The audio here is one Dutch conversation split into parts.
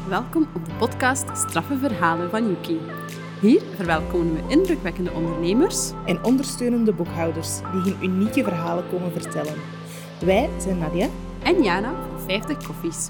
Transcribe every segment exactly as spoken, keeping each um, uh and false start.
Welkom op de podcast Straffe Verhalen van Yuki. Hier verwelkomen we indrukwekkende ondernemers en ondersteunende boekhouders die hun unieke verhalen komen vertellen. Wij zijn Nadia en Jana van vijftig Koffies.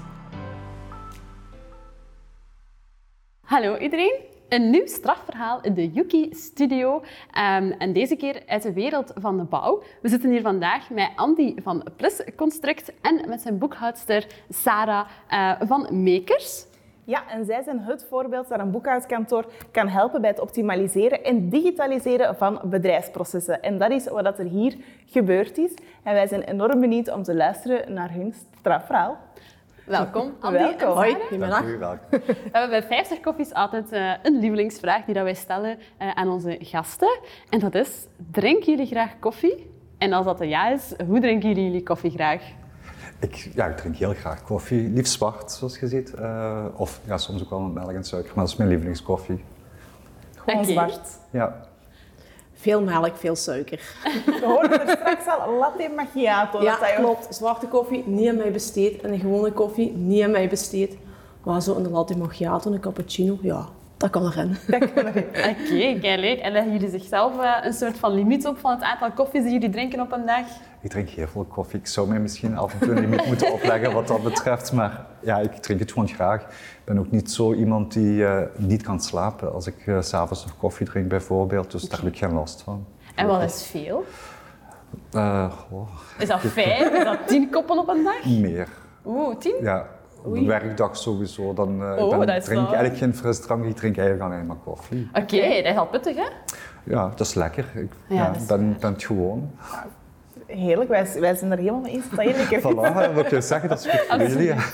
Hallo iedereen, een nieuw strafverhaal in de Yuki Studio. Um, en deze keer uit de wereld van de bouw. We zitten hier vandaag met Andy van Plus Construct en met zijn boekhoudster Sarah uh, van Makers. Ja, en zij zijn het voorbeeld dat een boekhoudkantoor kan helpen bij het optimaliseren en digitaliseren van bedrijfsprocessen. En dat is wat er hier gebeurd is. En wij zijn enorm benieuwd om te luisteren naar hun strafverhaal. Welkom, Andy. Welkom. Hoi, goedemiddag. We hebben bij vijftig Koffies altijd uh, een lievelingsvraag die dat wij stellen uh, aan onze gasten. En dat is, drinken jullie graag koffie? En als dat een ja is, hoe drinken jullie koffie graag? Ik, ja, ik drink heel graag koffie. Liefst zwart, zoals je ziet. Uh, of ja, soms ook wel met melk en suiker, maar dat is mijn lievelingskoffie. Gewoon okay. Zwart? Ja. Veel melk, veel suiker. We hoorden er straks al latte macchiato. Ja, dat dat klopt. Zwarte koffie, niet aan mij besteed. En een gewone koffie, niet aan mij besteed. Maar zo een latte macchiato en een cappuccino, ja, dat kan erin. Dat kan erin. Oké, okay, kijk leuk. En leggen jullie zichzelf uh, een soort van limiet op van het aantal koffies die jullie drinken op een dag? Ik drink heel veel koffie. Ik zou mij misschien af en toe een limiet moeten opleggen wat dat betreft. Maar ja, ik drink het gewoon graag. Ik ben ook niet zo iemand die uh, niet kan slapen als ik uh, 's avonds nog koffie drink bijvoorbeeld. Dus okay. Daar heb ik geen last van. En wat is veel? Uh, oh. Is dat vijf? Is dat tien koppen op een dag? Meer. Oeh, tien? Ja, op een werkdag sowieso. Dan uh, oh, ben, dat is drink ik wel... eigenlijk geen frisdrank, ik drink eigenlijk alleen maar koffie. Oké, okay, dat is al pittig, hè? Ja, dat is lekker. Ik ja, ja, ja, ben, ben het gewoon. Heerlijk, wij, wij zijn er helemaal mee eens dat heerlijk is. Voilà, wat je zeggen, dat is goed voor jullie. Oké,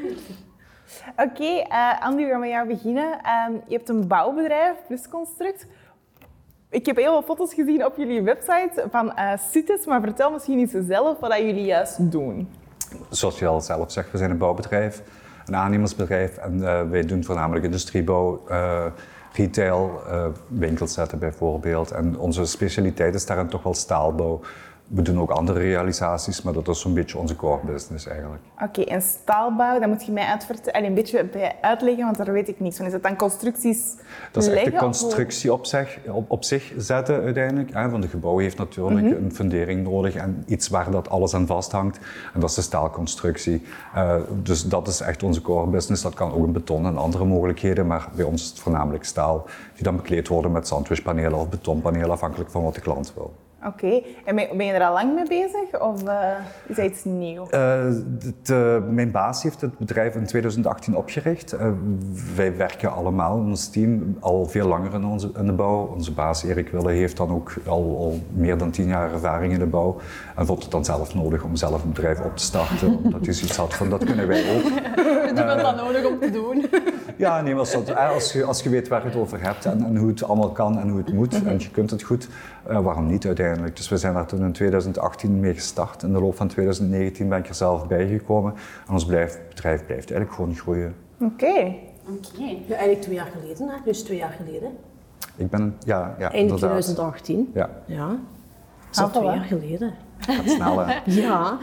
okay, uh, Andy, we gaan met jou beginnen. Um, je hebt een bouwbedrijf, Plus Construct. Ik heb heel veel foto's gezien op jullie website van uh, sites, maar vertel misschien eens zelf wat jullie juist doen. Zoals je al zelf zegt, we zijn een bouwbedrijf, een aannemersbedrijf en uh, wij doen voornamelijk industriebouw, uh, retail, uh, winkelzetten bijvoorbeeld. En onze specialiteit is daarin toch wel staalbouw. We doen ook andere realisaties, maar dat is zo'n beetje onze core business eigenlijk. Oké, okay, en staalbouw, dat moet je mij uitvertellen, een beetje bij uitleggen, want daar weet ik niets van. Is dat dan constructies Dat is echt leggen, de constructie op zich, op, op zich zetten uiteindelijk. Hè? Want de gebouw heeft natuurlijk mm-hmm. een fundering nodig en iets waar dat alles aan vasthangt. En dat is de staalconstructie. Uh, dus dat is echt onze core business. Dat kan ook in beton en andere mogelijkheden, maar bij ons is het voornamelijk staal. Die dan bekleed worden met sandwichpanelen of betonpanelen, afhankelijk van wat de klant wil. Oké, okay. En ben je er al lang mee bezig of uh, is dat iets nieuws? Uh, de, mijn baas heeft het bedrijf in twintig achttien opgericht. Uh, wij werken allemaal in ons team al veel langer in, onze, in de bouw. Onze baas Erik Wille heeft dan ook al, al meer dan tien jaar ervaring in de bouw. En vond het dan zelf nodig om zelf een bedrijf op te starten. Omdat hij zoiets had van, dat kunnen wij ook. Je bent uh, dat nodig om te doen. Ja, nee, als, dat, als, je, als je weet waar je het over hebt en, en hoe het allemaal kan en hoe het moet mm-hmm. en je kunt het goed, uh, waarom niet uiteindelijk? Dus we zijn daar toen in twintig achttien mee gestart. In de loop van twintig negentien ben ik er zelf bijgekomen en ons bedrijf, bedrijf blijft eigenlijk gewoon groeien. Oké. Okay. Okay. Ja, eigenlijk twee jaar geleden, hè? Dus twee jaar geleden. Ik ben, ja, ja Eind twintig achttien. Ja. Ja. Dat is al twee jaar geleden. Gaat snel, hè? Ja.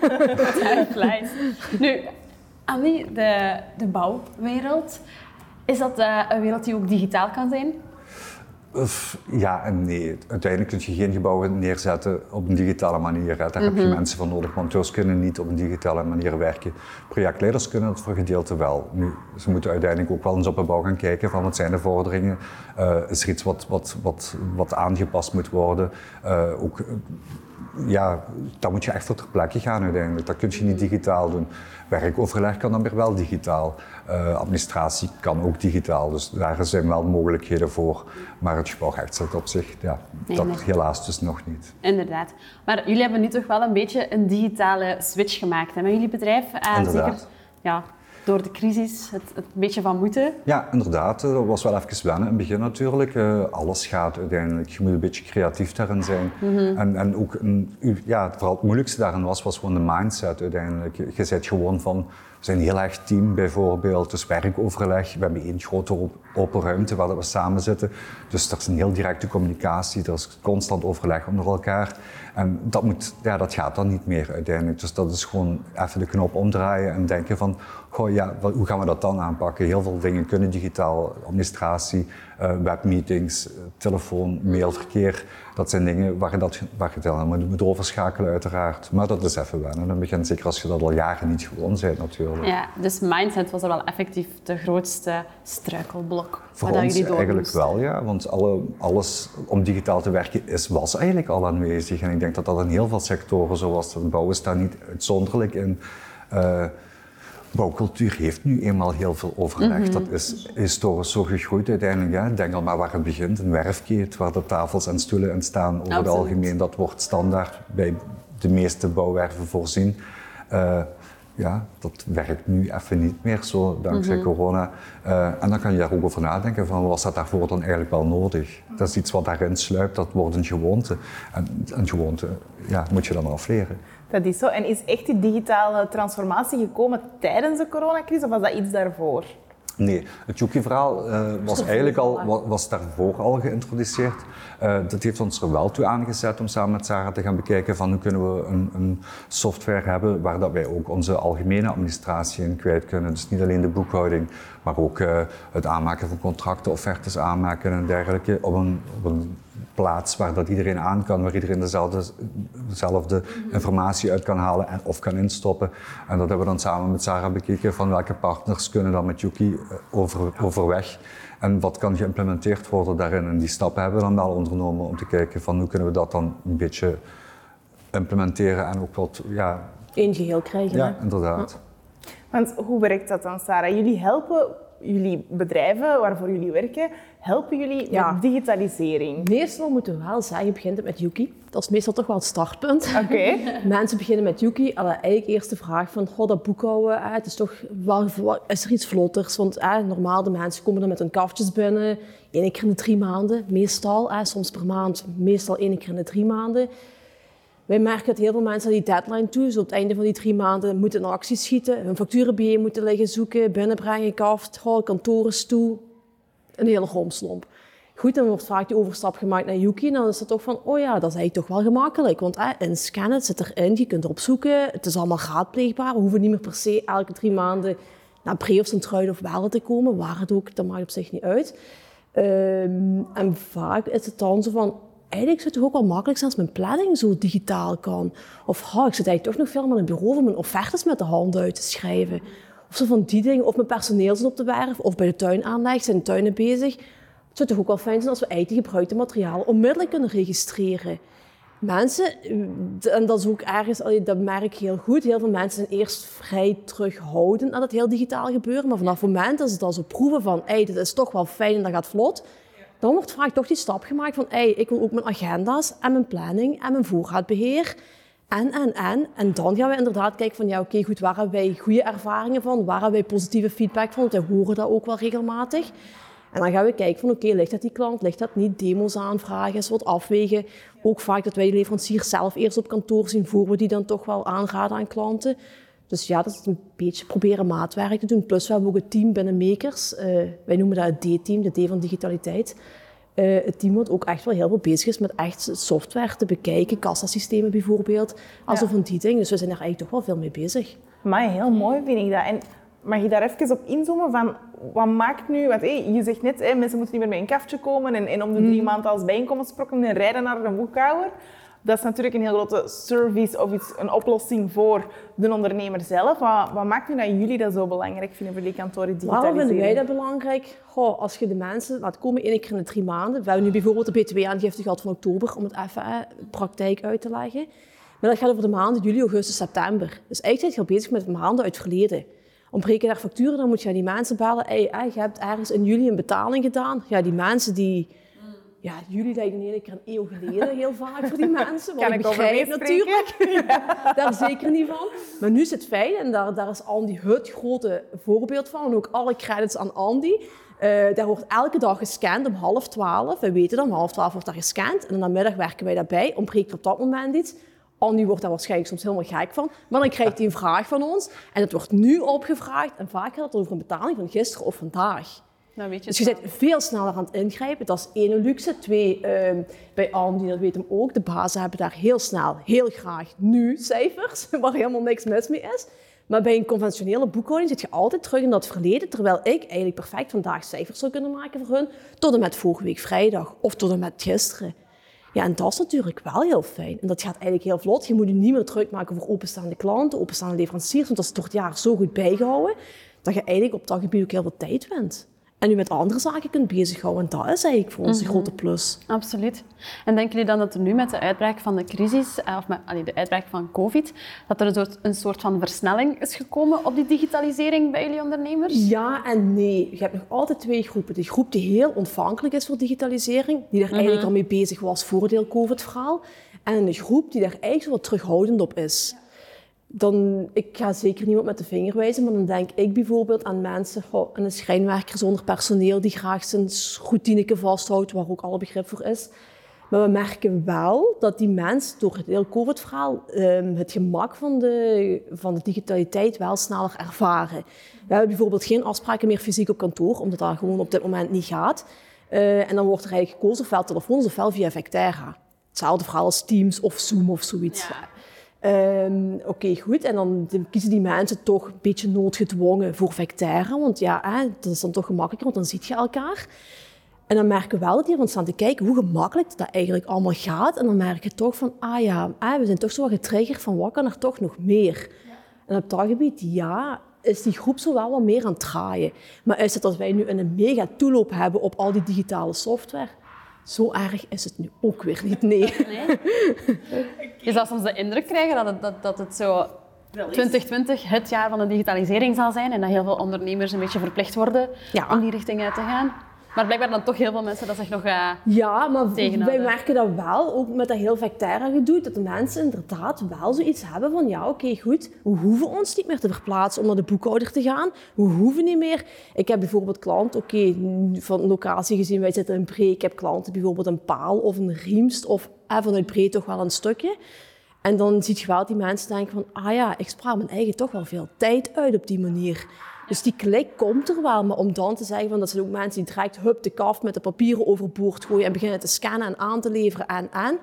Time Nu, Andy, de, de bouwwereld, is dat uh, een wereld die ook digitaal kan zijn? Ja en nee. Uiteindelijk kun je geen gebouwen neerzetten op een digitale manier. Hè. Daar mm-hmm. heb je mensen voor nodig. Monteurs kunnen niet op een digitale manier werken. Projectleiders kunnen het voor gedeelte wel. Nu, ze moeten uiteindelijk ook wel eens op een bouw gaan kijken van wat zijn de vorderingen. Uh, is er iets wat, wat, wat, wat aangepast moet worden? Uh, ook, ja, dan moet je echt voor ter plekke gaan uiteindelijk. Dat kun je niet digitaal doen. Werkoverleg kan dan weer wel digitaal. Uh, administratie kan ook digitaal. Dus daar zijn wel mogelijkheden voor. Maar het gebouwrechtsrecht op zich, ja, nee, dat nee. helaas dus nog niet. Inderdaad. Maar jullie hebben nu toch wel een beetje een digitale switch gemaakt hè, met jullie bedrijf. Uh, Inderdaad. Zeker, ja, door de crisis, het, het een beetje van moeten. Ja, inderdaad. Dat was wel even wennen in het begin natuurlijk. Uh, alles gaat uiteindelijk. Je moet een beetje creatief daarin zijn. Mm-hmm. En, en ook, een, ja, vooral het moeilijkste daarin was, was gewoon de mindset uiteindelijk. Je, je bent gewoon van, we zijn een heel erg team bijvoorbeeld, dus werkoverleg. We hebben één grote open ruimte waar we samen zitten. Dus er is een heel directe communicatie, er is constant overleg onder elkaar. En dat, moet, ja, dat gaat dan niet meer uiteindelijk. Dus dat is gewoon even de knop omdraaien en denken van, goh, ja, wat, hoe gaan we dat dan aanpakken? Heel veel dingen kunnen digitaal, administratie, uh, webmeetings, uh, telefoon, mailverkeer. Dat zijn dingen waar je, dat, waar je het helemaal moet overschakelen uiteraard. Maar dat is even wennen. Dan begint zeker als je dat al jaren niet gewoon bent natuurlijk. Ja, dus mindset was er wel effectief de grootste struikelblok. Voor waar ons jullie door eigenlijk moesten. wel, ja. Want alle, alles om digitaal te werken is, was eigenlijk al aanwezig. En ik denk dat dat in heel veel sectoren zo was. De bouw is daar niet uitzonderlijk in. Uh, Bouwcultuur heeft nu eenmaal heel veel overleg. Mm-hmm. Dat is historisch zo gegroeid uiteindelijk. Hè. Denk al maar waar het begint. Een werfkeet waar de tafels en stoelen in staan. Over Absoluut. het algemeen, dat wordt standaard bij de meeste bouwwerven voorzien. Uh, ja, dat werkt nu even niet meer zo, dankzij mm-hmm. corona. Uh, en dan kan je daar ook over nadenken van, was dat daarvoor dan eigenlijk wel nodig? Dat is iets wat daarin sluipt, dat wordt een gewoonte. En een gewoonte ja, moet je dan afleren. Dat is zo. En is echt die digitale transformatie gekomen tijdens de coronacrisis of was dat iets daarvoor? Nee, het Yuki-verhaal uh, was eigenlijk al, was, was daarvoor al geïntroduceerd. Uh, dat heeft ons er wel toe aangezet om samen met Sarah te gaan bekijken van hoe kunnen we een, een software hebben waar dat wij ook onze algemene administratie in kwijt kunnen. Dus niet alleen de boekhouding, maar ook uh, het aanmaken van contracten, offertes aanmaken en dergelijke op een, op een plaats waar dat iedereen aan kan, waar iedereen dezelfde, dezelfde informatie uit kan halen en of kan instoppen. En dat hebben we dan samen met Sarah bekeken van welke partners kunnen dan met Yuki over, overweg en wat kan geïmplementeerd worden daarin. En die stappen hebben we dan wel ondernomen om te kijken van hoe kunnen we dat dan een beetje implementeren en ook wat, ja... Eén geheel krijgen. Ja, hè? inderdaad. Ja. Want hoe werkt dat dan, Sarah? Jullie helpen jullie bedrijven waarvoor jullie werken, helpen jullie Ja. met digitalisering? Meestal moeten we wel zeggen, begint het met Yuki. Dat is meestal toch wel het startpunt. Oké. Okay. Mensen beginnen met Yuki. Allee, eigenlijk eerst de vraag van, goh, dat boekhouden, eh, het is toch wel, is er iets vlotters? Want eh, normaal, de mensen komen dan met hun kaftjes binnen, één keer in de drie maanden, meestal. Eh, soms per maand, meestal één keer in de drie maanden. Wij merken dat heel veel mensen aan die deadline toe, dus op het einde van die drie maanden moeten in actie schieten, hun facturen bijeen moeten liggen zoeken, binnenbrengen, kaft, goh, kantoren toe, een hele romslomp. Goed, dan wordt vaak die overstap gemaakt naar Yuki en dan is het toch van, oh ja, dat is eigenlijk toch wel gemakkelijk. Want eh, inscannen, het zit erin, je kunt erop zoeken, het is allemaal raadpleegbaar. We hoeven niet meer per se elke drie maanden naar Bree of Sint-Truiden of Welle te komen, waar het ook, dat maakt op zich niet uit. Um, en vaak is het dan zo van, eigenlijk zou het toch ook wel makkelijk zijn als mijn planning zo digitaal kan. Of oh, ik zit eigenlijk toch nog veel aan een bureau om mijn offertes met de hand uit te schrijven. Of zo van die dingen, of mijn personeel zit op de werf, of bij de tuinaanleg, zijn de tuinen bezig. Het zou toch ook wel fijn zijn als we eigenlijk die gebruikte materialen onmiddellijk kunnen registreren. Mensen, en dat is ook ergens, dat merk ik heel goed, heel veel mensen zijn eerst vrij terughoudend aan het heel digitaal gebeuren, maar vanaf het moment dat ze dan zo proeven van, hey, dit is toch wel fijn en dat gaat vlot, dan wordt vaak toch die stap gemaakt van, hey, ik wil ook mijn agenda's en mijn planning en mijn voorraadbeheer en, en, en. En dan gaan we inderdaad kijken van, ja, oké, okay, goed, waar hebben wij goede ervaringen van, waar hebben wij positieve feedback van, want wij horen dat ook wel regelmatig. En dan gaan we kijken van, oké, okay, ligt dat die klant, ligt dat niet, demo's aanvragen, eens wat afwegen. Ook vaak dat wij de leverancier zelf eerst op kantoor zien, voor we die dan toch wel aanraden aan klanten. Dus ja, dat is een beetje proberen maatwerk te doen. Plus we hebben ook een team binnen Makers. Uh, wij noemen dat het D-team, de D van digitaliteit. Uh, het team wat ook echt wel heel veel bezig is met echt software te bekijken, kassasystemen bijvoorbeeld, alsof Ja. van die dingen. Dus we zijn daar eigenlijk toch wel veel mee bezig. Maar heel mooi vind ik dat. En mag je daar even op inzoomen van, wat maakt nu, want hey, je zegt net, hey, mensen moeten niet meer met een kaftje komen en, en om de drie mm. maanden als bijeenkomstprokken en rijden naar een boekhouder. Dat is natuurlijk een heel grote service of iets, een oplossing voor de ondernemer zelf. Wat, wat maakt nu dat jullie dat zo belangrijk vinden voor die kantoren digitaliseren? Waarom vinden wij dat belangrijk? Goh, als je de mensen laat komen één keer in de drie maanden. We hebben nu bijvoorbeeld de B twee aangifte gehad van oktober, om het even eh, praktijk uit te leggen. Maar dat gaat over de maanden juli, augustus, september. Dus eigenlijk zijn je al bezig met maanden uit het verleden. Ontbreken daar facturen, dan moet je aan die mensen bellen. Hey, hey, je hebt ergens in juli een betaling gedaan. Ja, die mensen die... Ja, jullie lijken een hele keer een eeuw geleden, heel vaak voor die mensen. Kan ik ik begrijp natuurlijk. Ja. Daar zeker niet van. Maar nu is het fijn, en daar, daar is Andy het grote voorbeeld van. En ook alle credits aan Andy. Uh, daar wordt elke dag gescand om half twaalf. We weten dat om half twaalf wordt daar gescand. En in de middag werken wij daarbij. Ontbreekt er op dat moment iets. Andy wordt daar waarschijnlijk soms helemaal gek van. Maar dan krijgt hij een vraag van ons. En het wordt nu opgevraagd. En vaak gaat het over een betaling van gisteren of vandaag. Dan weet je dus je het bent veel sneller aan het ingrijpen. Dat is één luxe. Twee, uh, bij Andy, dat weet hem ook, de bazen hebben daar heel snel, heel graag nu cijfers, waar helemaal niks mis mee is. Maar bij een conventionele boekhouding zit je altijd terug in dat verleden, terwijl ik eigenlijk perfect vandaag cijfers zou kunnen maken voor hun, tot en met vorige week vrijdag of tot en met gisteren. Ja, en dat is natuurlijk wel heel fijn. En dat gaat eigenlijk heel vlot. Je moet je niet meer druk maken voor openstaande klanten, openstaande leveranciers, want dat is door het jaar zo goed bijgehouden, dat je eigenlijk op dat gebied ook heel veel tijd wint. En je met andere zaken kunt bezighouden. En dat is eigenlijk voor ons een Mm-hmm. grote plus. Absoluut. En denken jullie dan dat er nu met de uitbraak van de crisis, of met allee, de uitbraak van COVID, dat er een soort, een soort van versnelling is gekomen op die digitalisering bij jullie ondernemers? Ja en nee. Je hebt nog altijd twee groepen. De groep die heel ontvankelijk is voor digitalisering, die daar mm-hmm. eigenlijk al mee bezig was voor het hele COVID-verhaal. En de groep die daar eigenlijk zo wat terughoudend op is. Dan, ik ga zeker niemand met de vinger wijzen, maar dan denk ik bijvoorbeeld aan mensen, oh, een schrijnwerker zonder personeel die graag zijn routine vasthoudt, waar ook alle begrip voor is. Maar we merken wel dat die mensen door het hele COVID-verhaal um, het gemak van de, van de digitaliteit wel sneller ervaren. We hebben bijvoorbeeld geen afspraken meer fysiek op kantoor, omdat dat gewoon op dit moment niet gaat. Uh, en dan wordt er eigenlijk gekozen ofwel telefoons ofwel via Vectera. Hetzelfde verhaal als Teams of Zoom of zoiets. Ja. Um, Oké, okay, goed. En dan kiezen die mensen toch een beetje noodgedwongen voor Vectera. Want ja, hè, dat is dan toch gemakkelijker, want dan zie je elkaar. En dan merken we wel dat die van staan te kijken hoe gemakkelijk dat eigenlijk allemaal gaat. En dan merk je toch van, ah ja, hè, we zijn toch zo wat getriggerd van wat kan er toch nog meer? Ja. En op dat gebied, ja, is die groep zo wel wat meer aan het draaien. Maar is het dat wij nu een mega toeloop hebben op al die digitale software? Zo erg is het nu ook weer niet, nee. nee. Je zou soms de indruk krijgen dat het, dat, dat het zo twintig twintig het jaar van de digitalisering zal zijn en dat heel veel ondernemers een beetje verplicht worden ja. om die richting uit te gaan. Maar blijkbaar dan toch heel veel mensen dat zich nog uh, Ja, maar wij merken dat wel, ook met dat heel Vectera gedoe, dat de mensen inderdaad wel zoiets hebben van ja, oké, okay, goed, we hoeven ons niet meer te verplaatsen om naar de boekhouder te gaan. We hoeven niet meer. Ik heb bijvoorbeeld klanten, oké, okay, van locatie gezien, wij zitten in Bree, ik heb klanten bijvoorbeeld een Paal of een Riemst of eh, vanuit Bree toch wel een stukje. En dan zie je wel dat die mensen denken van ah ja, ik spaar mijn eigen toch wel veel tijd uit op die manier. Dus die klik komt er wel, maar om dan te zeggen van dat zijn ook mensen die direct hup de kaf met de papieren overboord gooien en beginnen te scannen en aan te leveren en en.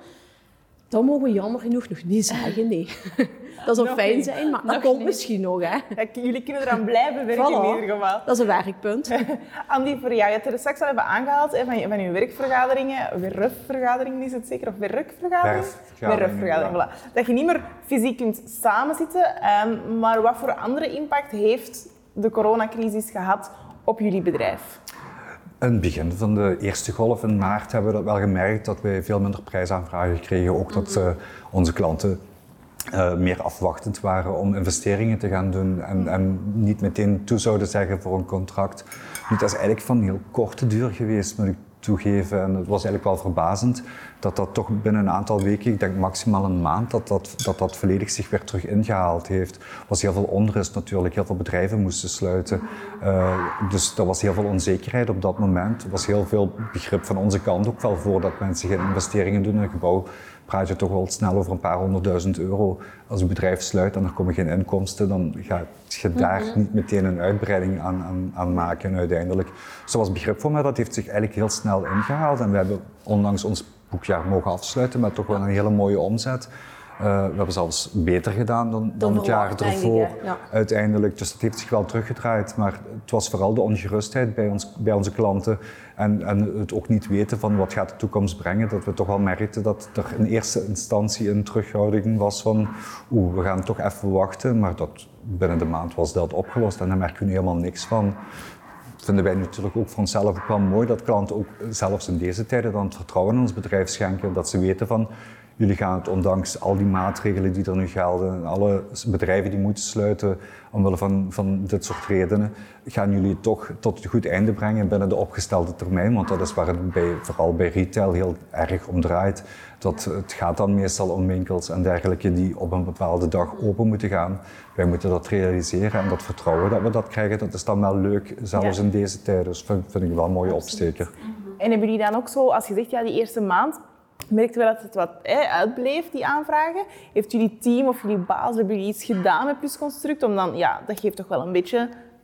Dat mogen we jammer genoeg nog niet zeggen, nee. Dat zou fijn niet. zijn, maar nog dat komt niet. misschien nog. Hè. Ja, jullie kunnen eraan blijven werken voilà. in ieder geval. Dat is een werkpunt. Andy, voor jou, je hebt er straks al even aangehaald hè, van, je, van je werkvergaderingen. Werfvergaderingen is het zeker, of werkvergadering? Werfvergadering, ja. voilà. Dat je niet meer fysiek kunt samenzitten, um, maar wat voor andere impact heeft de coronacrisis gehad op jullie bedrijf? In het begin van de eerste golf in maart hebben we dat wel gemerkt dat wij veel minder prijsaanvragen kregen. Ook dat uh, onze klanten uh, meer afwachtend waren om investeringen te gaan doen en, en niet meteen toe zouden zeggen voor een contract. Nu, dat is eigenlijk van heel korte duur geweest, moet ik toegeven. En het was eigenlijk wel verbazend dat dat toch binnen een aantal weken, ik denk maximaal een maand, dat dat, dat, dat volledig zich weer terug ingehaald heeft. Er was heel veel onrust natuurlijk, heel veel bedrijven moesten sluiten. Uh, dus er was heel veel onzekerheid op dat moment. Er was heel veel begrip van onze kant ook wel voor dat mensen geen investeringen doen in een gebouw. Praat je toch wel snel over een paar honderdduizend euro. Als een bedrijf sluit en er komen geen inkomsten, dan ga je daar mm-hmm. niet meteen een uitbreiding aan, aan, aan maken uiteindelijk. Dus er was begrip voor mij, dat heeft zich eigenlijk heel snel ingehaald. En we hebben onlangs ons boekjaar mogen afsluiten met toch wel een hele mooie omzet. Uh, we hebben zelfs beter gedaan dan, dan het jaar ervoor, ja. uiteindelijk. Dus dat heeft zich wel teruggedraaid. Maar het was vooral de ongerustheid bij, ons, bij onze klanten en, en het ook niet weten van wat gaat de toekomst brengen. Dat we toch wel merkten dat er in eerste instantie een terughouding was van oeh, we gaan toch even wachten. Maar dat, binnen de maand was dat opgelost en daar merken we nu helemaal niks van. Dat vinden wij natuurlijk ook voor onszelf ook wel mooi dat klanten ook zelfs in deze tijden dan het vertrouwen in ons bedrijf schenken. Dat ze weten van jullie gaan het ondanks al die maatregelen die er nu gelden, alle bedrijven die moeten sluiten omwille van, van dit soort redenen, gaan jullie het toch tot een goed einde brengen binnen de opgestelde termijn. Want dat is waar het bij, vooral bij retail heel erg om draait. Dat, het gaat dan meestal om winkels en dergelijke die op een bepaalde dag open moeten gaan. Wij moeten dat realiseren en dat vertrouwen dat we dat krijgen, dat is dan wel leuk, zelfs ja. in deze tijden. Dus vind, vind ik wel een mooie opsteker. En hebben jullie dan ook zo, als je zegt ja, die eerste maand, merkte wel dat het wat eh, uitbleef, die aanvragen. Heeft jullie team of jullie baas, hebben jullie iets gedaan met Plusconstruct? Om dan, ja, dat geeft toch wel een beetje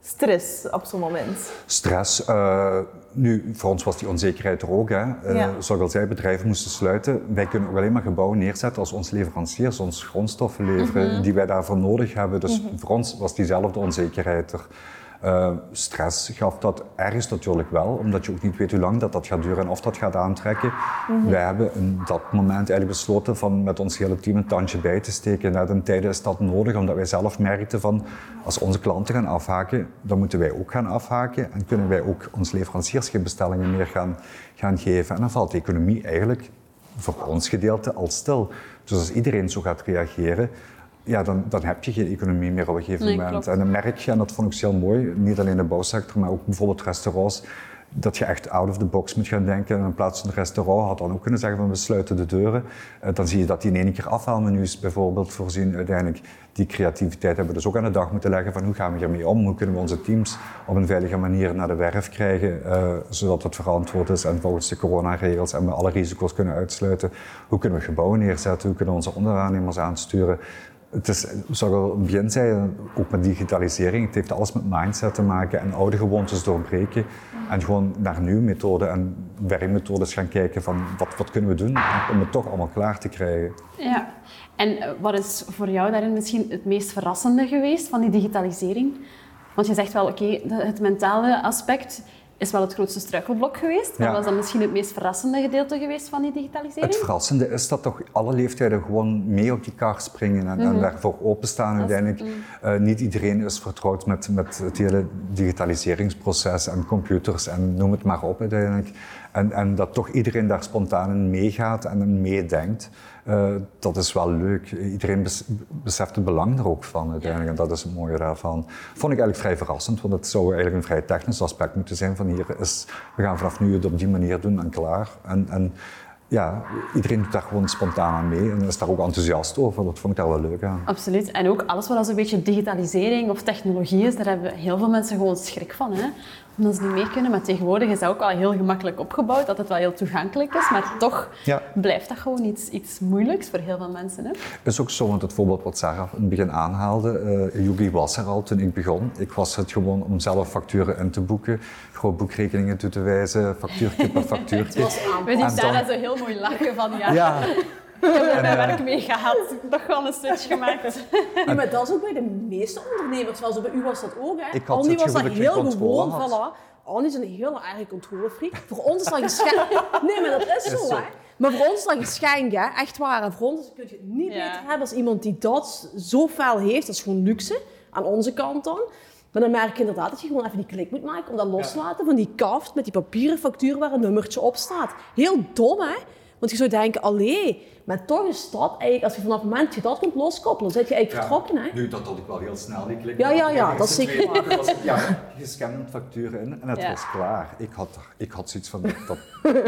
stress op zo'n moment? Stress. Uh, nu, voor ons was die onzekerheid er ook. Hè. Uh, ja. Zoals ik al zei, bedrijven moesten sluiten. Wij kunnen ook alleen maar gebouwen neerzetten als onze leveranciers ons grondstoffen leveren mm-hmm. die wij daarvoor nodig hebben. Dus mm-hmm. voor ons was diezelfde onzekerheid er. Uh, stress gaf dat ergens natuurlijk wel, omdat je ook niet weet hoe lang dat, dat gaat duren en of dat gaat aantrekken. Mm-hmm. Wij hebben in dat moment eigenlijk besloten van met ons hele team een tandje bij te steken. Net in tijden is dat nodig, omdat wij zelf merkten van als onze klanten gaan afhaken, dan moeten wij ook gaan afhaken en kunnen wij ook onze leveranciers geen bestellingen meer gaan, gaan geven. En dan valt de economie eigenlijk voor ons gedeelte al stil. Dus als iedereen zo gaat reageren, ja, dan, dan heb je geen economie meer op een gegeven nee, moment. Klopt. En dan merk je, en dat vond ik heel mooi, niet alleen de bouwsector, maar ook bijvoorbeeld restaurants, dat je echt out of the box moet gaan denken. En in plaats van een restaurant had dan ook kunnen zeggen van we sluiten de deuren. Uh, dan zie je dat die in één keer afhaalmenu's bijvoorbeeld voorzien. Uiteindelijk die creativiteit hebben we dus ook aan de dag moeten leggen van hoe gaan we hiermee om? Hoe kunnen we onze teams op een veilige manier naar de werf krijgen, uh, zodat het verantwoord is en volgens de coronaregels en we alle risico's kunnen uitsluiten. Hoe kunnen we gebouwen neerzetten? Hoe kunnen we onze onderaannemers aansturen? Het is, zoals ik al in het begin zei, ook met digitalisering, het heeft alles met mindset te maken en oude gewoontes doorbreken en gewoon naar nieuwe methoden en werkmethodes gaan kijken van wat, wat kunnen we doen om het toch allemaal klaar te krijgen. Ja, en wat is voor jou daarin misschien het meest verrassende geweest van die digitalisering? Want je zegt wel, oké, okay, het mentale aspect is wel het grootste struikelblok geweest. Maar ja. was dat misschien het meest verrassende gedeelte geweest van die digitalisering? Het verrassende is dat toch alle leeftijden gewoon mee op die kar springen en, mm-hmm. en daarvoor openstaan uiteindelijk. Mm. Uh, niet iedereen is vertrouwd met, met het hele digitaliseringsproces en computers en noem het maar op uiteindelijk. En, en dat toch iedereen daar spontaan in meegaat en in meedenkt. Uh, dat is wel leuk. Iedereen bes- beseft het belang er ook van uiteindelijk. En dat is het mooie daarvan. Vond ik eigenlijk vrij verrassend, want het zou eigenlijk een vrij technisch aspect moeten zijn van hier is, we gaan vanaf nu het op die manier doen en klaar. En, en ja, iedereen doet daar gewoon spontaan aan mee en is daar ook enthousiast over. Dat vond ik daar wel leuk aan. Absoluut. En ook alles wat als een beetje digitalisering of technologie is, daar hebben heel veel mensen gewoon schrik van. Hè? Omdat ze niet mee kunnen. Maar tegenwoordig is dat ook al heel gemakkelijk opgebouwd, dat het wel heel toegankelijk is. Maar toch ja. blijft dat gewoon iets, iets moeilijks voor heel veel mensen. Hè? Is ook zo, want het voorbeeld wat Sarah in het begin aanhaalde, uh, Yugi was er al toen ik begon. Ik was het gewoon om zelf facturen in te boeken, gewoon boekrekeningen toe te wijzen, factuurtje per factuurtje. We zien Sarah zo heel mooi lachen van ja. ja. Ik heb er mijn werk mee gehad, toch gewoon een switch gemaakt. Ja, maar dat is ook bij de meeste ondernemers wel zo. Bij u was dat ook, hè? Ik had Annie was dat dat heel gewoon, voilà. Annie is een heel erge controlefreak. Voor ons is dat geschenk. Nee, maar dat is, is zo, zo, hè? Maar voor ons is dat geschenk, hè? Echt waar. En voor ons kun je het niet ja. beter hebben als iemand die dat zo fel heeft. Dat is gewoon luxe, aan onze kant dan. Maar dan merk je inderdaad dat je gewoon even die klik moet maken om dat los te laten van die kaft met die papieren factuur waar een nummertje op staat. Heel dom, hè? Want je zou denken, allee, maar toch is dat eigenlijk, als je vanaf het moment dat je dat kunt loskoppelen, dan zit je eigenlijk ja, vertrokken, hè? Nu, dat had ik wel heel snel, die klik. Ja, ja, ja, dat is zeker waar. Was, ja, je scande het factuur in en het ja. was klaar. Ik had, ik had zoiets van, dat,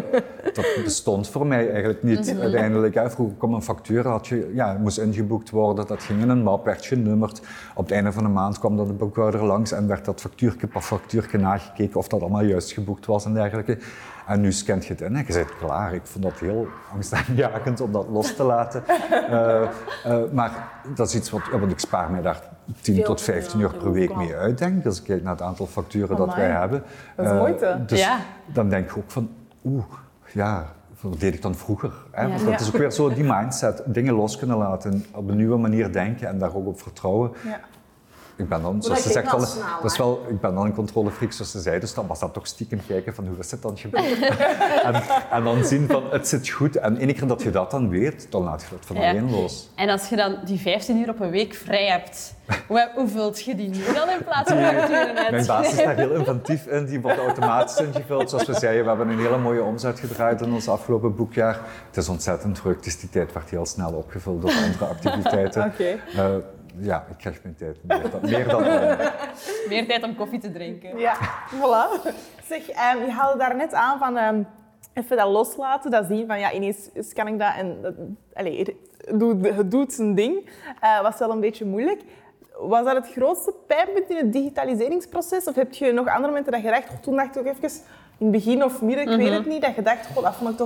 dat bestond voor mij eigenlijk niet. Mm-hmm. Uiteindelijk, hè, vroeger kwam een factuur, had je, ja, moest ingeboekt worden, dat ging in een map, werd genummerd. Op het einde van de maand kwam dan de boekhouder langs en werd dat factuurtje per factuurtje nagekeken of dat allemaal juist geboekt was en dergelijke. En nu scant je het in en je bent klaar. Ik vond dat heel angstaanjagend om dat los te laten. Uh, uh, maar dat is iets wat, ja, want ik spaar mij daar tien tot vijftien uur per week mee uit, denk ik. Als ik kijk naar het aantal facturen oh dat wij hebben. Dat is uh, moeite. Dus ja. dan denk ik ook van, oeh, ja, wat deed ik dan vroeger? Hè? Ja, dat ja. is ook weer zo die mindset, dingen los kunnen laten, op een nieuwe manier denken en daar ook op vertrouwen. Ja. Ik ben dan, zoals ze zegt, wel, snel, dat is wel, ik ben dan een controlefreak, zoals ze zei, dus dan was dat toch stiekem kijken van hoe is het dan gebeurd. en, en dan zien van het zit goed en één keer dat je dat dan weet, dan laat je dat van ja. alleen los. En als je dan die vijftien uur op een week vrij hebt, hoe, hoe vult je die nu dan in plaats van facturen uit? Mijn baas is daar heel inventief in, die wordt automatisch ingevuld. Zoals we zeiden, we hebben een hele mooie omzet gedraaid in ons afgelopen boekjaar. Het is ontzettend druk, dus die tijd werd heel snel opgevuld door andere activiteiten. Okay. Uh, Ja, ik krijg mijn tijd meer dan... Meer, dan, uh... meer tijd om koffie te drinken. Ja, voilà. Zeg, um, je haalde daar net aan van um, even dat loslaten, dat zien van ja, ineens scan ik dat en dat, allez, het, doet, het doet zijn ding. Uh, was wel een beetje moeilijk. Was dat het grootste pijnpunt in het digitaliseringsproces? Of heb je nog andere momenten dat je dacht, oh, toen dacht ik toch even in het begin of midden, ik mm-hmm. weet het niet, dat je dacht, oh, dat vond ik toch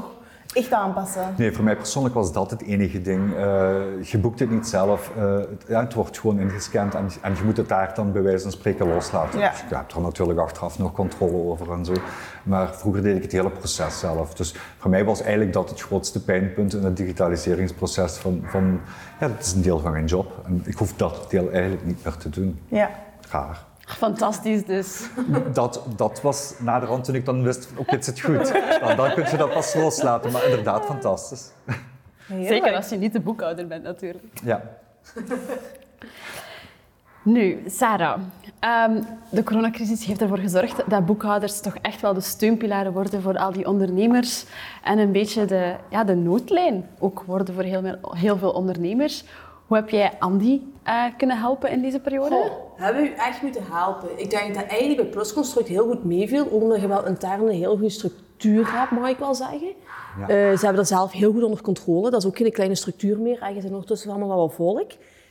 Echt aanpassen? Nee, voor mij persoonlijk was dat het enige ding. Uh, je boekt het niet zelf. Uh, het, ja, het wordt gewoon ingescand en, en je moet het daar dan bij wijze van spreken loslaten. Ja. Dus je hebt er natuurlijk achteraf nog controle over en zo. Maar vroeger deed ik het hele proces zelf. Dus voor mij was eigenlijk dat het grootste pijnpunt in het digitaliseringsproces. Van, van, ja, dat is een deel van mijn job. En ik hoef dat deel eigenlijk niet meer te doen. Ja. Raar. Fantastisch dus. Dat, dat was naderhand toen ik dan wist, oké, okay, het zit goed. Dan, dan kun je dat pas loslaten, maar inderdaad fantastisch. Zeker als je niet de boekhouder bent natuurlijk. Ja. Nu, Sarah, um, de coronacrisis heeft ervoor gezorgd dat boekhouders toch echt wel de steunpilaren worden voor al die ondernemers en een beetje de, ja, de noodlijn ook worden voor heel, heel veel ondernemers. Hoe heb jij Andy uh, kunnen helpen in deze periode? Goh, hebben we u echt moeten helpen. Ik denk dat eigenlijk bij Plusconstruct heel goed meeviel, omdat je wel intern een heel goede structuur hebt, mag ik wel zeggen. Ja. Uh, ze hebben dat zelf heel goed onder controle. Dat is ook geen kleine structuur meer. Je zijn ondertussen allemaal wel wat volk.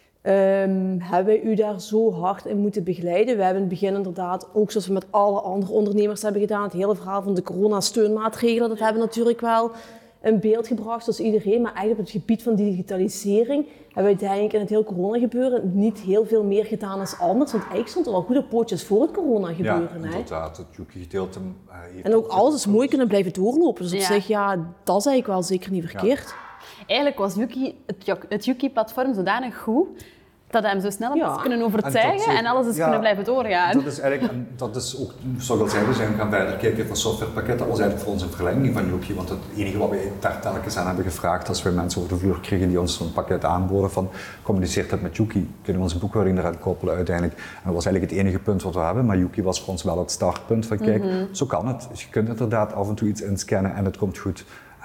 Um, hebben wij u daar zo hard in moeten begeleiden? We hebben in het begin inderdaad, ook zoals we met alle andere ondernemers hebben gedaan, het hele verhaal van de corona-steunmaatregelen, dat hebben we natuurlijk wel in beeld gebracht, zoals iedereen. Maar eigenlijk op het gebied van digitalisering hebben we denk ik in het hele corona-gebeuren niet heel veel meer gedaan dan anders. Want eigenlijk stond er al goede pootjes voor het corona-gebeuren. Ja, inderdaad. Het Yuki-gedeelte heeft... En ook alles is mooi kunnen blijven doorlopen. Dus op ja. zich, ja, dat is eigenlijk wel zeker niet verkeerd. Ja. Eigenlijk was Yuki, het, het Yuki-platform zodanig goed dat hij hem zo snel ja. kunnen overtuigen en, en alles is ja, kunnen blijven doorgaan. Dat is eigenlijk, en dat is ook, zoals ik al zei, we zijn gaan verder kijken van softwarepakket. Dat was eigenlijk voor ons een verlenging van Yuki, want het enige wat wij daar telkens aan hebben gevraagd als we mensen over de vloer kregen die ons zo'n pakket aanboden van communiceert dat met Yuki, kunnen we onze boekhouding eraan koppelen uiteindelijk. En dat was eigenlijk het enige punt wat we hebben, maar Yuki was voor ons wel het startpunt van kijk, mm-hmm. zo kan het. Dus je kunt inderdaad af en toe iets inscannen en het komt goed.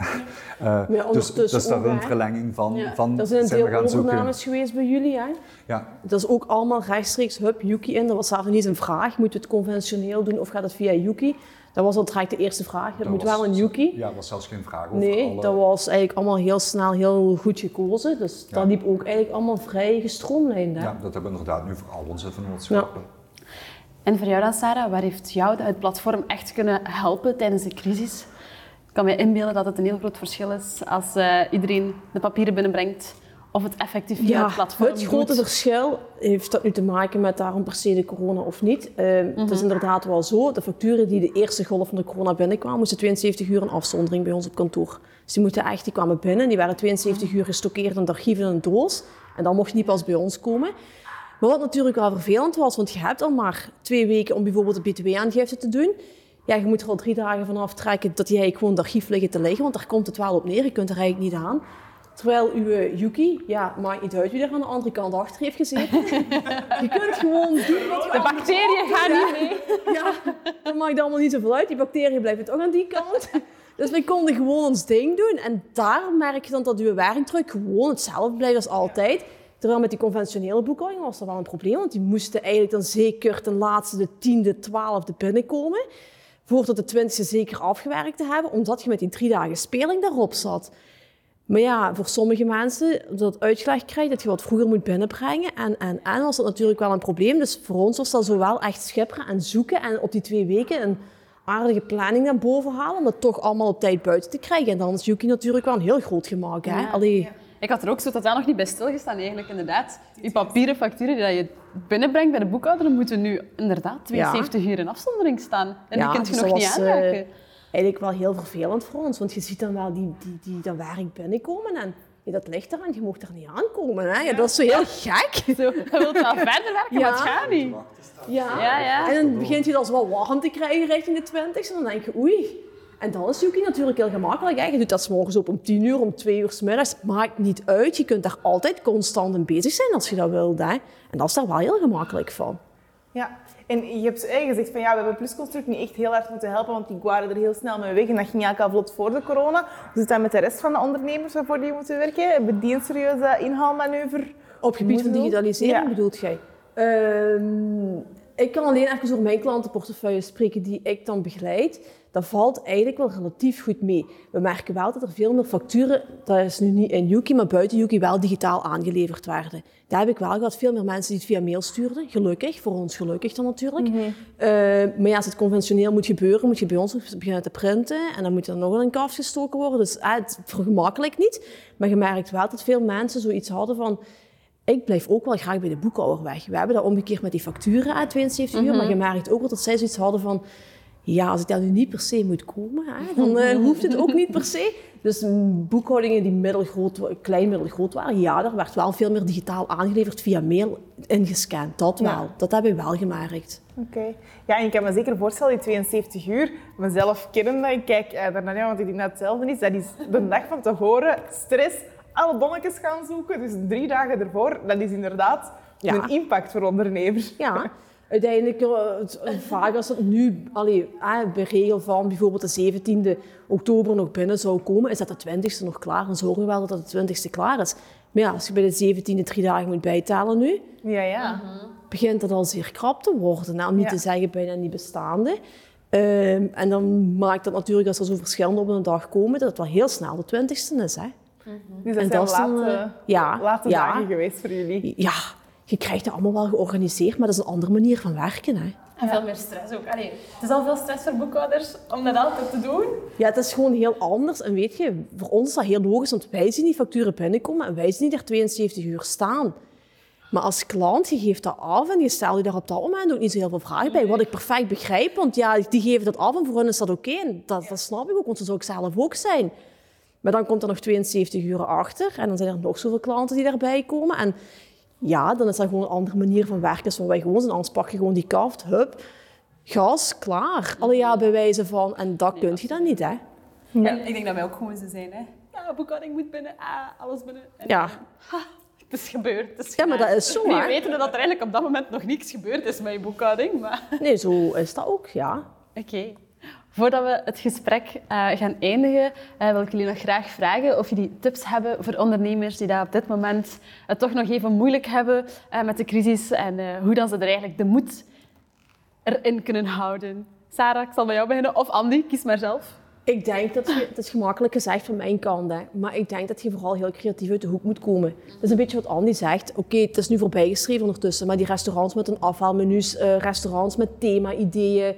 Uh, dus dat is daar een verlenging van. Ja. van dat is een deel overnames geweest bij jullie. Hè? Ja. Dat is ook allemaal rechtstreeks hup, Yuki in. Dat was zelf niet een vraag. Moeten we het conventioneel doen of gaat het via Yuki? Dat was al direct de eerste vraag. Het dat moet was, wel een Yuki. Ja, dat was zelfs geen vraag over Nee, alle... dat was eigenlijk allemaal heel snel heel goed gekozen. Dus ja. dat liep ook eigenlijk allemaal vrij gestroomlijnd. Hè? Ja, dat hebben we inderdaad nu voor al onze vennootschappen. Ja. En voor jou dan, Sarah, waar heeft jou het platform echt kunnen helpen tijdens de crisis? Ik kan me inbeelden dat het een heel groot verschil is als uh, iedereen de papieren binnenbrengt of het effectief via ja, het platform het grote doet. verschil heeft dat nu te maken met daarom per se de corona of niet. Uh, mm-hmm. Het is inderdaad wel zo, de facturen die de eerste golf van de corona binnenkwamen, moesten tweeënzeventig uur een afzondering bij ons op kantoor. Dus die, moeten echt, die kwamen binnen, die waren tweeënzeventig uur gestockeerd in het archief in een doos en dan mocht je niet pas bij ons komen. Maar wat natuurlijk wel vervelend was, want je hebt al maar twee weken om bijvoorbeeld de B T W-aangifte te doen. Ja, je moet er al drie dagen van aftrekken dat die eigenlijk gewoon in het archief liggen te liggen, want daar komt het wel op neer, je kunt er eigenlijk niet aan. Terwijl uw Yuki, ja, maakt niet uit wie er aan de andere kant achter heeft gezeten. Je kunt gewoon doen wat je De bacteriën gaan niet mee. Ja, dat maakt allemaal niet zoveel uit, die bacteriën blijven toch aan die kant. Dus wij konden gewoon ons ding doen en daar merk je dan dat uw werkdruk gewoon hetzelfde blijft als altijd. Terwijl met die conventionele boekhouding was dat wel een probleem, want die moesten eigenlijk dan zeker ten laatste de tiende, twaalfde binnenkomen. Voordat de twintigste zeker afgewerkt te hebben, omdat je met die drie dagen speling daarop zat. Maar ja, voor sommige mensen, dat het uitgelegd krijgt dat je wat vroeger moet binnenbrengen. En, en, en was dat natuurlijk wel een probleem. Dus voor ons was dat zowel echt schipperen en zoeken en op die twee weken een aardige planning naar boven halen, om dat toch allemaal op tijd buiten te krijgen. En dan is Yuki natuurlijk wel een heel groot gemak. Hè? Ja, Allee. ja. Ik had er ook zo totaal nog niet bij stilgestaan eigenlijk, inderdaad. Die papieren facturen die je binnenbrengt bij de boekhouder, moeten nu inderdaad tweeënzeventig ja. uur in afzondering staan. En ja, die kun je dus nog was, niet aanraken. Uh, eigenlijk wel heel vervelend voor ons, want je ziet dan wel die, die, die dat werk binnenkomen en ja, dat ligt eraan, je mocht er niet aankomen. Hè? Ja, dat is zo heel gek. Zo, je wilt wel verder werken, ja. maar het gaat niet. Ja. Ja, ja. En dan begint je dat wel warm te krijgen richting de twintigste en dan denk je oei. En dan is Yuki natuurlijk heel gemakkelijk. Hè? Je doet dat 's morgens op om tien uur, om twee uur 's middags. Maakt niet uit. Je kunt daar altijd constant in bezig zijn als je dat wilt. Hè? En dat is daar wel heel gemakkelijk van. Ja, en je hebt gezegd van ja, we hebben Plusconstruct niet echt heel hard moeten helpen, want die waren er heel snel mee weg en dat ging eigenlijk al vlot voor de corona. Hoe zit dat met de rest van de ondernemers waarvoor die moeten werken? Hebben die een serieuze inhaalmanoeuvre? Op het gebied van digitalisering ja. bedoelt jij? Um, Ik kan alleen even over mijn klantenportefeuille spreken die ik dan begeleid. Dat valt eigenlijk wel relatief goed mee. We merken wel dat er veel meer facturen, dat is nu niet in Yuki, maar buiten Yuki wel digitaal aangeleverd werden. Daar heb ik wel gehad, veel meer mensen die het via mail stuurden. Gelukkig, voor ons gelukkig dan natuurlijk. Mm-hmm. Uh, maar ja, als het conventioneel moet gebeuren, moet je bij ons beginnen te printen. En dan moet er nog wel een kaf gestoken worden. Dus uh, het vergemakkelijk niet. Maar je merkt wel dat veel mensen zoiets hadden van... Ik blijf ook wel graag bij de boekhouder weg. We hebben dat omgekeerd met die facturen aan tweeënzeventig uur. Mm-hmm. Maar je merkt ook wel dat zij zoiets hadden van... Ja, als ik daar nu niet per se moet komen, hè, dan uh, hoeft het ook niet per se. Dus boekhoudingen die middelgroot, klein, middelgroot waren, ja, daar werd wel veel meer digitaal aangeleverd via mail ingescand. Dat wel. Ja. Dat hebben we wel gemerkt. Oké. Okay. Ja, en ik kan me zeker voorstellen, die tweeënzeventig uur, mezelf kennende, ik kijk uh, daarnaar, want ik denk dat hetzelfde is, dat is de dag van tevoren, stress, alle bonnetjes gaan zoeken. Dus drie dagen ervoor, dat is inderdaad ja. een impact voor ondernemers. Ja. Uiteindelijk, vaak als het nu allee, bij regel van bijvoorbeeld de zeventiende oktober nog binnen zou komen, is dat de twintigste nog klaar. Dan zorgen we wel dat de twintigste klaar is. Maar ja, als je bij de zeventiende drie dagen moet bijtellen nu, ja, ja. begint dat al zeer krap te worden. Nou, om niet ja. te zeggen bijna niet bestaande. Um, en dan maakt dat natuurlijk, als er zo verschillende op een dag komen, dat het wel heel snel de twintigste is. Hè. Mm-hmm. Dus dat en zijn dat late, uh, ja, late ja, dagen geweest voor jullie? Ja. Je krijgt het allemaal wel georganiseerd, maar dat is een andere manier van werken. Hè. En veel meer stress ook. Allee, het is al veel stress voor boekhouders om dat altijd te doen. Ja, het is gewoon heel anders. En weet je, voor ons is dat heel logisch, want wij zien die facturen binnenkomen en wij zien die er tweeënzeventig uur staan. Maar als klant, je geeft dat af en je stelt je daar op dat moment ook niet zo heel veel vragen bij. Wat ik perfect begrijp, want ja, die geven dat af en voor hen is dat oké. Okay. Dat, dat snap ik ook, want zo zou ik zelf ook zijn. Maar dan komt er nog tweeënzeventig uur achter en dan zijn er nog zoveel klanten die daarbij komen. En ja, dan is dat gewoon een andere manier van werken. Dus waar wij gewoon zijn, anders pak je gewoon die kaft, hup, gas, klaar. Alle ja, bij wijze van, en dat kun je dan niet, hè. Ja. En ik denk dat wij ook gewoon zo zijn, hè. Ja, boekhouding moet binnen, ah, alles binnen. En ja. Ha, het is gebeurd, het is ja, maar dat is zo, hè. We weten dat er eigenlijk op dat moment nog niks gebeurd is met je boekhouding, maar... Nee, zo is dat ook, ja. Oké. Okay. Voordat we het gesprek uh, gaan eindigen, uh, wil ik jullie nog graag vragen of jullie tips hebben voor ondernemers die dat op dit moment het toch nog even moeilijk hebben uh, met de crisis en uh, hoe dan ze er eigenlijk de moed erin kunnen houden. Sarah, ik zal bij jou beginnen. Of Andy, kies maar zelf. Ik denk dat je, het is gemakkelijk gezegd van mijn kant, hè, maar ik denk dat je vooral heel creatief uit de hoek moet komen. Dat is een beetje wat Andy zegt. Oké, okay, het is nu voorbijgeschreven ondertussen, maar die restaurants met een afhaalmenu's, uh, restaurants met thema-ideeën,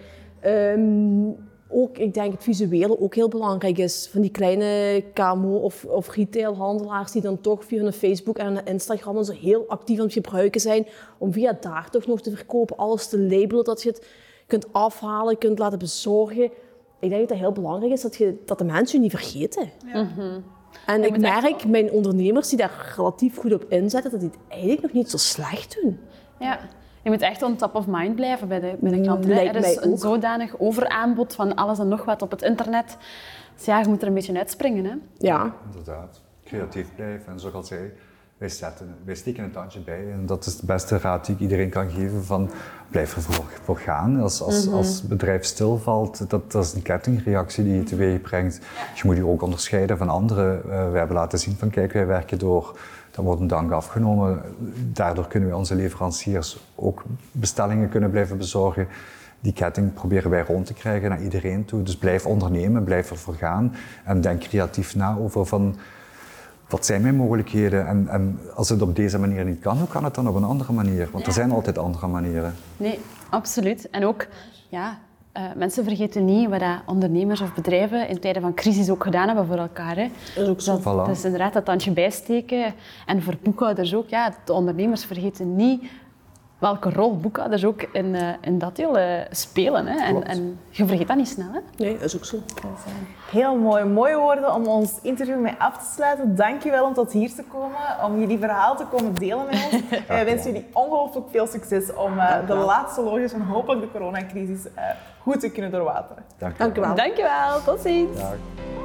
um, ook, ik denk het visuele ook heel belangrijk is. Van die kleine K M O of, of retailhandelaars die dan toch via hun Facebook en hun Instagram zo heel actief aan het gebruiken zijn. Om via daar toch nog te verkopen, alles te labelen, dat je het kunt afhalen, kunt laten bezorgen. Ik denk dat het heel belangrijk is dat, je, dat de mensen je niet vergeten. Ja. Mm-hmm. En ik, ik merk, wel... mijn ondernemers die daar relatief goed op inzetten, dat die het eigenlijk nog niet zo slecht doen. Ja. Je moet echt on top of mind blijven bij de, bij de klanten. Er is een zodanig overaanbod van alles en nog wat op het internet. Dus ja, je moet er een beetje uitspringen. Hè? Ja. Inderdaad. Creatief blijven. En zoals ik al zei, wij, zetten, wij steken een tandje bij. En dat is de beste raad die ik iedereen kan geven. Van, blijf er voor, voor gaan. Als, als, mm-hmm. als het bedrijf stilvalt, dat, dat is een kettingreactie die je teweeg brengt. Je moet je ook onderscheiden van anderen. Uh, wij hebben laten zien van, kijk, wij werken door. Dan wordt een dank afgenomen. Daardoor kunnen wij onze leveranciers ook bestellingen kunnen blijven bezorgen. Die ketting proberen wij rond te krijgen naar iedereen toe. Dus blijf ondernemen, blijf ervoor gaan. En denk creatief na over van, wat zijn mijn mogelijkheden? En, en als het op deze manier niet kan, hoe kan het dan op een andere manier? Want er zijn altijd andere manieren. Nee, absoluut. En ook, ja... Uh, mensen vergeten niet wat dat ondernemers of bedrijven in tijden van crisis ook gedaan hebben voor elkaar. Hè. Dat is ook zo. Dat, voilà. dat is inderdaad dat tandje bijsteken. En voor boekhouders ook. Ja, de ondernemers vergeten niet welke rol boekhouders ook in, uh, in dat deel uh, spelen. Hè. En, en je vergeet dat niet snel. Hè. Nee, dat is ook zo. Heel mooi. Mooie woorden om ons interview mee af te sluiten. Dank je wel om tot hier te komen, om jullie verhaal te komen delen met ons. Wij wensen jullie ongelooflijk veel succes om uh, de laatste logisch en hopelijk de coronacrisis uh, goed te kunnen doorwateren. Dank je wel. Dank je wel. Tot ziens. Dag.